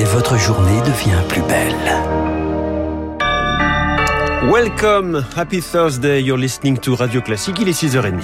et votre journée devient plus belle. Welcome, happy Thursday, you're listening to Radio Classique, il est 6h30.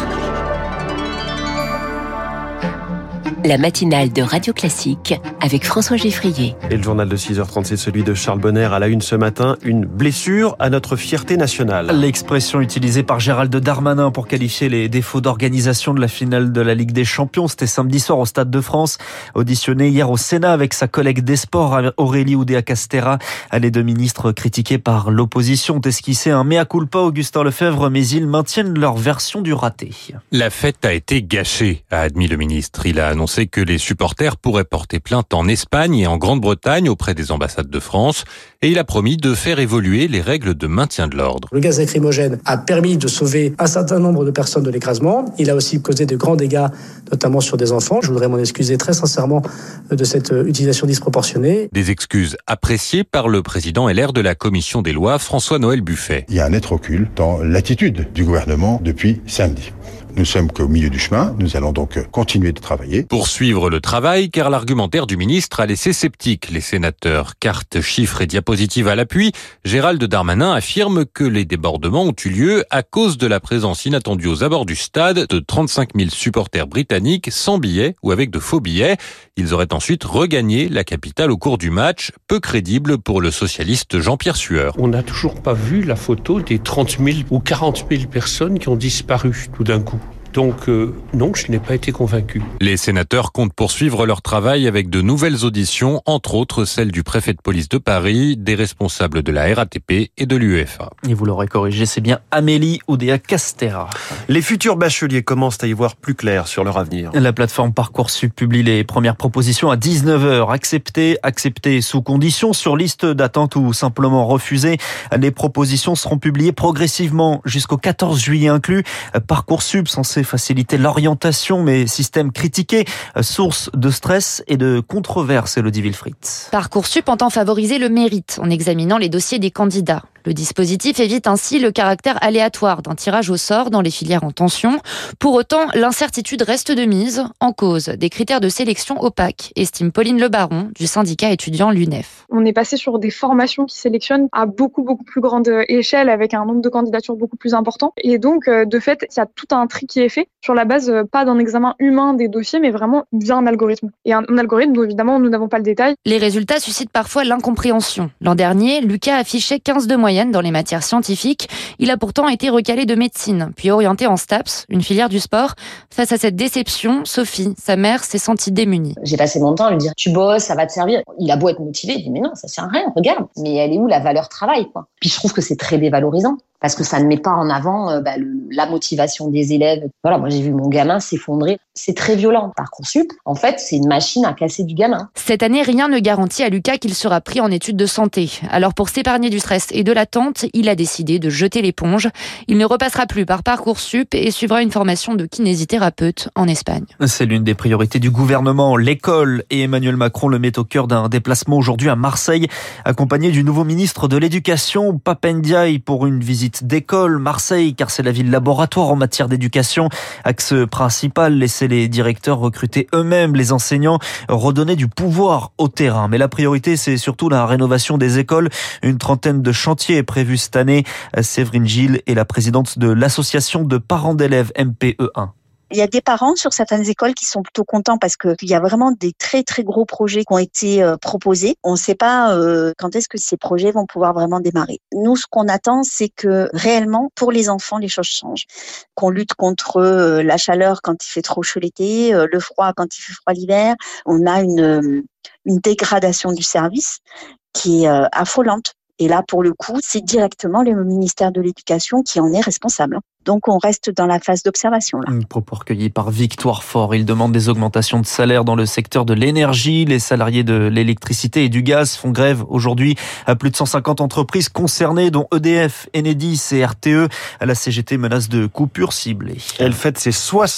La matinale de Radio Classique avec François Geffrier. Et le journal de 6h30, c'est celui de Charles Bonner à la une ce matin. Une blessure à notre fierté nationale. L'expression utilisée par Gérald Darmanin pour qualifier les défauts d'organisation de la finale de la Ligue des Champions. C'était samedi soir au Stade de France. Auditionné hier au Sénat avec sa collègue des Sports, Aurélie Oudéa-Castéra. Les deux ministres critiqués par l'opposition ont esquissé un mea culpa, Augustin Lefebvre, mais ils maintiennent leur version du raté. La fête a été gâchée, a admis le ministre. Il a annoncé que les supporters pourraient porter plainte en Espagne et en Grande-Bretagne auprès des ambassades de France et il a promis de faire évoluer les règles de maintien de l'ordre. Le gaz lacrymogène a permis de sauver un certain nombre de personnes de l'écrasement. Il a aussi causé de grands dégâts, notamment sur des enfants. Je voudrais m'en excuser très sincèrement de cette utilisation disproportionnée. Des excuses appréciées par le président LR de la commission des lois, François-Noël Buffet. Il y a un net recul dans l'attitude du gouvernement depuis samedi. Nous sommes qu'au milieu du chemin, nous allons donc continuer de travailler. Poursuivre le travail, car l'argumentaire du ministre a laissé sceptiques les sénateurs. Cartes, chiffres et diapositives à l'appui, Gérald Darmanin affirme que les débordements ont eu lieu à cause de la présence inattendue aux abords du stade de 35 000 supporters britanniques sans billets ou avec de faux billets. Ils auraient ensuite regagné la capitale au cours du match, peu crédible pour le socialiste Jean-Pierre Sueur. On n'a toujours pas vu la photo des 30 000 ou 40 000 personnes qui ont disparu tout d'un coup. Donc non, je n'ai pas été convaincu. Les sénateurs comptent poursuivre leur travail avec de nouvelles auditions, entre autres celle du préfet de police de Paris, des responsables de la RATP et de l'UEFA. Et vous l'aurez corrigé, c'est bien Amélie Oudéa-Castéra. Les futurs bacheliers commencent à y voir plus clair sur leur avenir. La plateforme Parcoursup publie les premières propositions à 19h. Acceptées sous condition, sur liste d'attente ou simplement refusées. Les propositions seront publiées progressivement jusqu'au 14 juillet inclus. Parcoursup censé faciliter l'orientation, mais système critiqué, source de stress et de controverses, Élodie Wilfried. Parcoursup entend favoriser le mérite en examinant les dossiers des candidats. Le dispositif évite ainsi le caractère aléatoire d'un tirage au sort dans les filières en tension. Pour autant, l'incertitude reste de mise, en cause des critères de sélection opaques, estime Pauline Lebaron du syndicat étudiant l'UNEF. On est passé sur des formations qui sélectionnent à beaucoup plus grande échelle avec un nombre de candidatures beaucoup plus important. Et donc, de fait, il y a tout un tri qui est fait sur la base, pas d'un examen humain des dossiers, mais vraiment via un algorithme. Et un algorithme dont évidemment nous n'avons pas le détail. Les résultats suscitent parfois l'incompréhension. L'an dernier, Lucas affichait 15 de moyenne dans les matières scientifiques. Il a pourtant été recalé de médecine, puis orienté en STAPS, une filière du sport. Face à cette déception, Sophie, sa mère, s'est sentie démunie. J'ai passé mon temps à lui dire « tu bosses, ça va te servir ». Il a beau être motivé, il dit « mais non, ça sert à rien, regarde ». Mais elle est où la valeur travail, quoi. Puis je trouve que c'est très dévalorisant. Parce que ça ne met pas en avant la motivation des élèves. Voilà, moi j'ai vu mon gamin s'effondrer. C'est très violent. Parcoursup, en fait, c'est une machine à casser du gamin. Cette année, rien ne garantit à Lucas qu'il sera pris en études de santé. Alors pour s'épargner du stress et de l'attente, il a décidé de jeter l'éponge. Il ne repassera plus par Parcoursup et suivra une formation de kinésithérapeute en Espagne. C'est l'une des priorités du gouvernement, l'école. Et Emmanuel Macron le met au cœur d'un déplacement aujourd'hui à Marseille, accompagné du nouveau ministre de l'Éducation, Pape Ndiaye, pour une visite d'école. Marseille, car c'est la ville laboratoire en matière d'éducation. Axe principal, laisser les directeurs recruter eux-mêmes les enseignants, redonner du pouvoir au terrain. Mais la priorité, c'est surtout la rénovation des écoles. Une trentaine de chantiers est prévue cette année. Séverine Gilles est la présidente de l'association de parents d'élèves MPE1. Il y a des parents sur certaines écoles qui sont plutôt contents parce qu'il y a vraiment des très très gros projets qui ont été proposés. On ne sait pas quand est-ce que ces projets vont pouvoir vraiment démarrer. Nous, ce qu'on attend, c'est que réellement, pour les enfants, les choses changent. Qu'on lutte contre la chaleur quand il fait trop chaud l'été, le froid quand il fait froid l'hiver. On a une dégradation du service qui est affolante. Et là, pour le coup, c'est directement le ministère de l'Éducation qui en est responsable. Donc, on reste dans la phase d'observation. Là. Propos recueillis par Victoire Fort. Il demande des augmentations de salaire dans le secteur de l'énergie. Les salariés de l'électricité et du gaz font grève aujourd'hui à plus de 150 entreprises concernées, dont EDF, Enedis et RTE. La CGT menace de coupures ciblées. Elle fête ses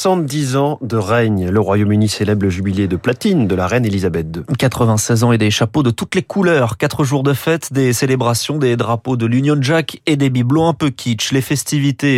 70 ans de règne. Le Royaume-Uni célèbre le jubilé de platine de la reine Elisabeth II. 96 ans et des chapeaux de toutes les couleurs. 4 jours de fête, des célébrations, des drapeaux de l'Union Jack et des bibelots un peu kitsch. Les festivités débutent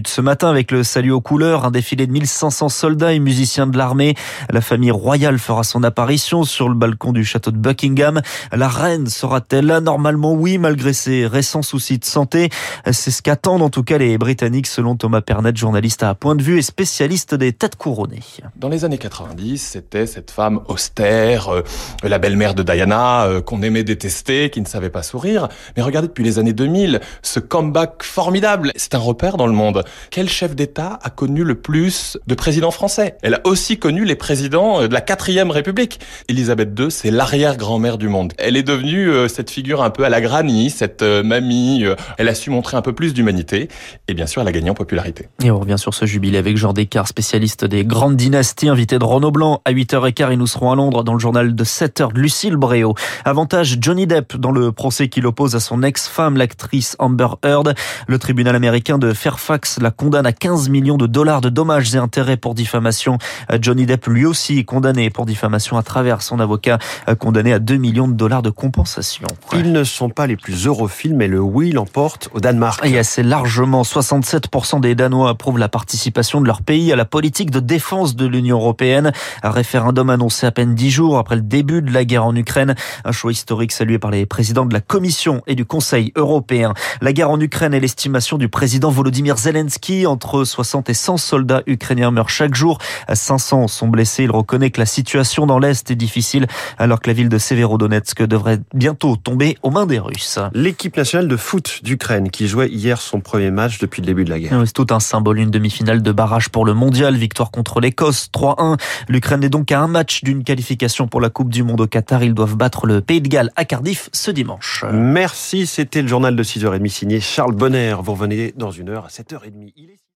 ce matin avec le salut aux couleurs, un défilé de 1500 soldats et musiciens de l'armée. La famille royale fera son apparition sur le balcon du château de Buckingham. La reine sera-t-elle là? Normalement oui, malgré ses récents soucis de santé. C'est ce qu'attendent en tout cas les Britanniques, selon Thomas Pernet, journaliste à Point de Vue et spécialiste des têtes couronnées. Dans les années 90, c'était cette femme austère, la belle-mère de Diana, qu'on aimait détester, qui ne savait pas sourire. Mais regardez, depuis les années 2000, ce comeback formidable, c'est un repère dans le monde. Quel chef d'État a connu le plus de présidents français? Elle a aussi connu les présidents de la 4e République. Élisabeth II, c'est l'arrière-grand-mère du monde. Elle est devenue cette figure un peu à la Granny, cette mamie. Elle a su montrer un peu plus d'humanité. Et bien sûr, elle a gagné en popularité. Et on revient sur ce jubilé avec Jean Descartes, spécialiste des grandes dynasties, invité de Renaud Blanc. À 8h15, et nous serons à Londres dans le journal de 7h de Lucille Bréau. Avantage Johnny Depp dans le procès qui l'oppose à son ex-femme, l'actrice Amber Heard. Le tribunal américain de Fairfax la condamne à 15 millions de dollars de dommages et intérêts pour diffamation. Johnny Depp, lui aussi, condamné pour diffamation à travers son avocat, condamné à 2 millions de dollars de compensation. Ils ne sont pas les plus europhiles, mais le oui l'emporte au Danemark. Et assez largement, 67% des Danois approuvent la participation de leur pays à la politique de défense de l'Union européenne. Un référendum annoncé à peine 10 jours après le début de la guerre en Ukraine. Un choix historique salué par les présidents de la Commission et du Conseil européen. La guerre en Ukraine et l'estimation du président Volodymyr Zelensky. Entre 60 et 100 soldats ukrainiens meurent chaque jour. 500 sont blessés. Il reconnaît que la situation dans l'Est est difficile alors que la ville de Severodonetsk devrait bientôt tomber aux mains des Russes. L'équipe nationale de foot d'Ukraine qui jouait hier son premier match depuis le début de la guerre. C'est tout un symbole, une demi-finale de barrage pour le mondial, victoire contre l'Écosse, 3-1. L'Ukraine est donc à un match d'une qualification pour la Coupe du Monde au Qatar. Ils doivent battre le Pays de Galles à Cardiff ce dimanche. Merci, c'était le journal de 6h30 signé Charles Bonner. Vous revenez dans une heure à 7h30.